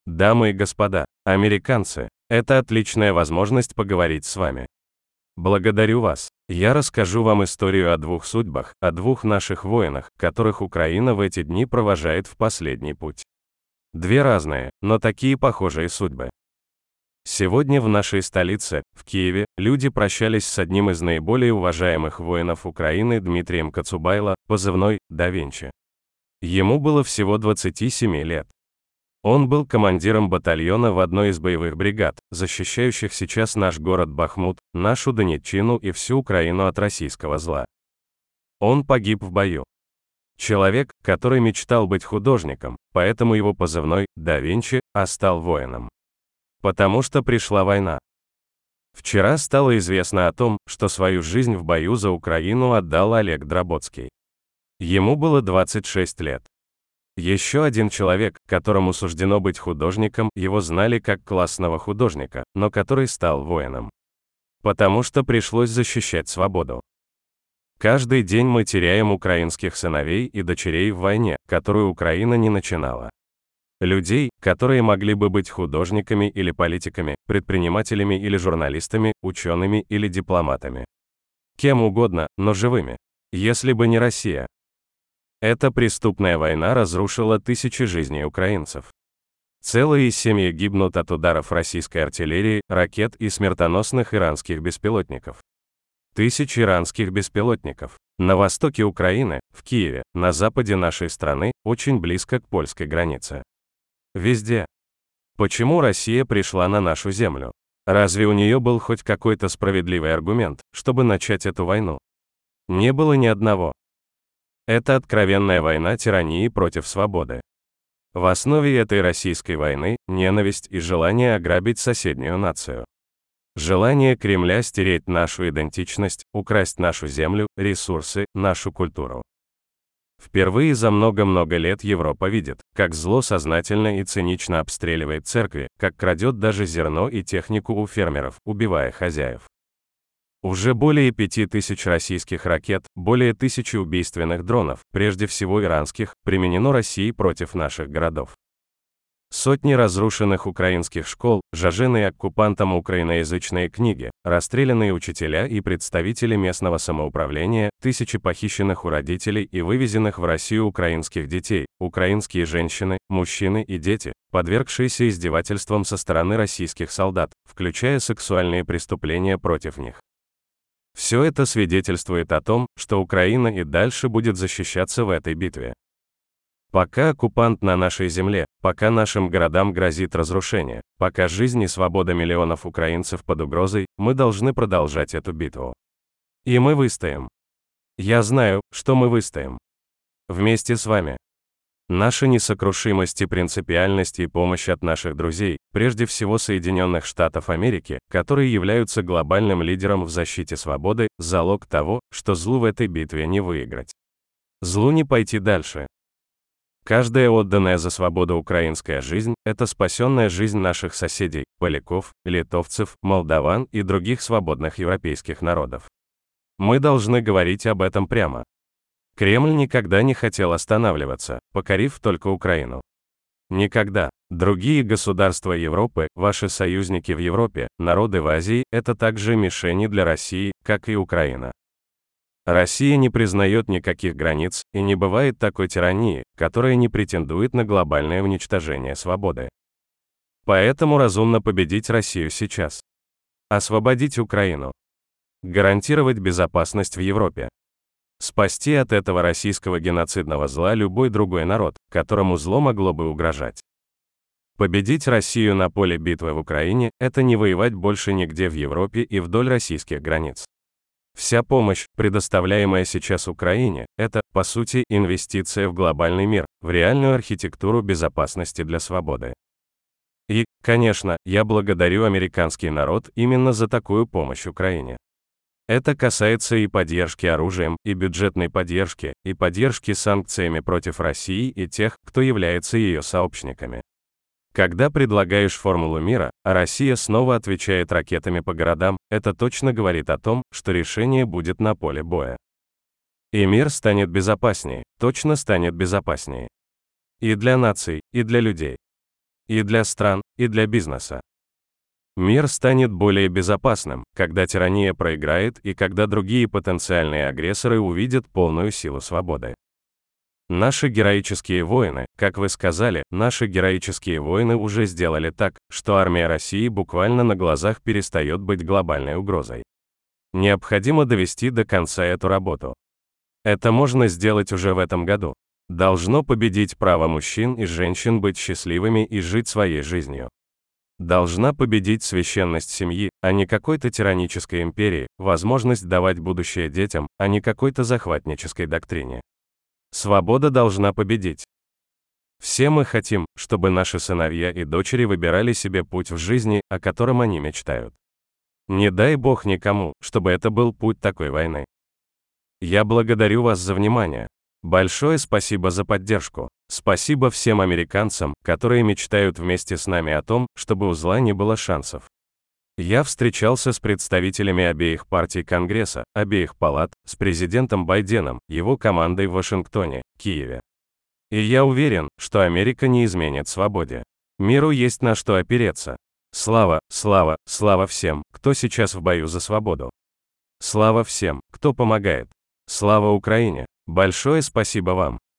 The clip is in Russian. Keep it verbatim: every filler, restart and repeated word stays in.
Дамы и господа, американцы, это отличная возможность поговорить с вами. Благодарю вас. Я расскажу вам историю о двух судьбах, о двух наших воинах, которых Украина в эти дни провожает в последний путь. Две разные, но такие похожие судьбы. Сегодня в нашей столице, в Киеве, люди прощались с одним из наиболее уважаемых воинов Украины Дмитрием Коцубайло, позывной «Да Винчи». Ему было всего двадцать семь лет. Он был командиром батальона в одной из боевых бригад, защищающих сейчас наш город Бахмут, нашу Донеччину и всю Украину от российского зла. Он погиб в бою. Человек, который мечтал быть художником, поэтому его позывной «Да Винчи», а стал воином. Потому что пришла война. Вчера стало известно о том, что свою жизнь в бою за Украину отдал Олег Дроботский. Ему было двадцать шесть лет. Еще один человек, которому суждено быть художником, его знали как классного художника, но который стал воином. Потому что пришлось защищать свободу. Каждый день мы теряем украинских сыновей и дочерей в войне, которую Украина не начинала. Людей, которые могли бы быть художниками или политиками, предпринимателями или журналистами, учеными или дипломатами. Кем угодно, но живыми. Если бы не Россия. Эта преступная война разрушила тысячи жизней украинцев. Целые семьи гибнут от ударов российской артиллерии, ракет и смертоносных иранских беспилотников. Тысячи иранских беспилотников. На востоке Украины, в Киеве, на западе нашей страны, очень близко к польской границе. Везде. Почему Россия пришла на нашу землю? Разве у нее был хоть какой-то справедливый аргумент, чтобы начать эту войну? Не было ни одного. Это откровенная война тирании против свободы. В основе этой российской войны – ненависть и желание ограбить соседнюю нацию. Желание Кремля стереть нашу идентичность, украсть нашу землю, ресурсы, нашу культуру. Впервые за много-много лет Европа видит, как зло сознательно и цинично обстреливает церкви, как крадет даже зерно и технику у фермеров, убивая хозяев. Уже более пяти тысяч российских ракет, более тысячи убийственных дронов, прежде всего иранских, применено Россией против наших городов. Сотни разрушенных украинских школ, сожженные оккупантом украиноязычные книги, расстрелянные учителя и представители местного самоуправления, тысячи похищенных у родителей и вывезенных в Россию украинских детей, украинские женщины, мужчины и дети, подвергшиеся издевательствам со стороны российских солдат, включая сексуальные преступления против них. Все это свидетельствует о том, что Украина и дальше будет защищаться в этой битве. Пока оккупант на нашей земле, пока нашим городам грозит разрушение, пока жизнь и свобода миллионов украинцев под угрозой, мы должны продолжать эту битву. И мы выстоим. Я знаю, что мы выстоим. Вместе с вами. Наша несокрушимость и принципиальность и помощь от наших друзей, прежде всего Соединенных Штатов Америки, которые являются глобальным лидером в защите свободы, залог того, что злу в этой битве не выиграть. Злу не пойти дальше. Каждая отданная за свободу украинская жизнь – это спасенная жизнь наших соседей, поляков, литовцев, молдаван и других свободных европейских народов. Мы должны говорить об этом прямо. Кремль никогда не хотел останавливаться, покорив только Украину. Никогда. Другие государства Европы, ваши союзники в Европе, народы в Азии – это также мишени для России, как и Украина. Россия не признает никаких границ, и не бывает такой тирании, которая не претендует на глобальное уничтожение свободы. Поэтому разумно победить Россию сейчас. Освободить Украину. Гарантировать безопасность в Европе. Спасти от этого российского геноцидного зла любой другой народ, которому зло могло бы угрожать. Победить Россию на поле битвы в Украине – это не воевать больше нигде в Европе и вдоль российских границ. Вся помощь, предоставляемая сейчас Украине, это, по сути, инвестиция в глобальный мир, в реальную архитектуру безопасности для свободы. И, конечно, я благодарю американский народ именно за такую помощь Украине. Это касается и поддержки оружием, и бюджетной поддержки, и поддержки санкциями против России и тех, кто является ее сообщниками. Когда предлагаешь формулу мира, а Россия снова отвечает ракетами по городам, это точно говорит о том, что решение будет на поле боя. И мир станет безопаснее, точно станет безопаснее. И для наций, и для людей. И для стран, и для бизнеса. Мир станет более безопасным, когда тирания проиграет и когда другие потенциальные агрессоры увидят полную силу свободы. Наши героические воины, как вы сказали, наши героические воины уже сделали так, что армия России буквально на глазах перестает быть глобальной угрозой. Необходимо довести до конца эту работу. Это можно сделать уже в этом году. Должно победить право мужчин и женщин быть счастливыми и жить своей жизнью. Должна победить священность семьи, а не какой-то тиранической империи, возможность давать будущее детям, а не какой-то захватнической доктрине. Свобода должна победить. Все мы хотим, чтобы наши сыновья и дочери выбирали себе путь в жизни, о котором они мечтают. Не дай Бог никому, чтобы это был путь такой войны. Я благодарю вас за внимание. Большое спасибо за поддержку. Спасибо всем американцам, которые мечтают вместе с нами о том, чтобы у зла не было шансов. Я встречался с представителями обеих партий Конгресса, обеих палат, с президентом Байденом, его командой в Вашингтоне, Киеве. И я уверен, что Америка не изменит свободе. Миру есть на что опереться. Слава, слава, слава всем, кто сейчас в бою за свободу. Слава всем, кто помогает. Слава Украине! Большое спасибо вам.